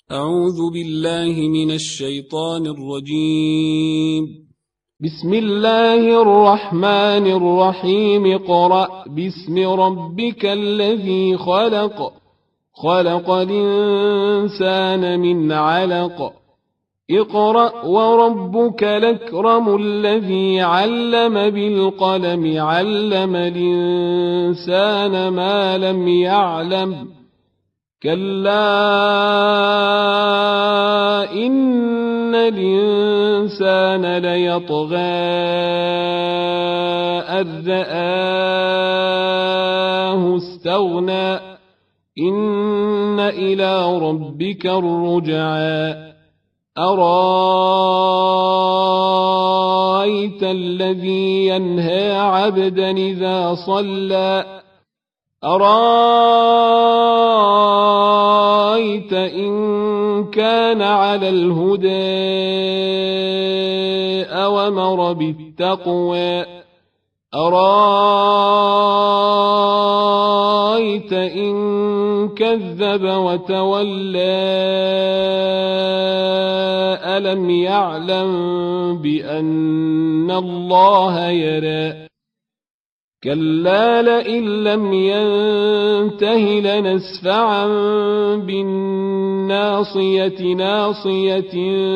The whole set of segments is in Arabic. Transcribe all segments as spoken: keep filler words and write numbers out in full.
أعوذ بالله من الشيطان الرجيم. بسم الله الرحمن الرحيم. اقرأ باسم ربك الذي خلق خلق الإنسان من علق. اقرأ وربك الأكرم الذي علم بالقلم علم الإنسان ما لم يعلم. كلا إن الإنسان ليطغى أن رآه استغنى إن إلى ربك الرجعى. أرأيت الذي ينهى عبدا إذا صلى أرأيت إن كان على الهدى أوامر بالتقوى أرأيت إن كذب وتولى ألم يعلم بأن الله يرى. كلا لئن لم ينته لنسفعا بالناصية ناصية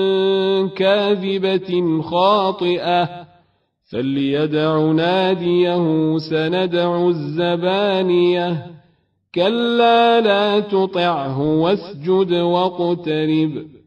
كاذبة خاطئة فليدع ناديه سندع الزبانية. كلا لا تطعه واسجد واقترب.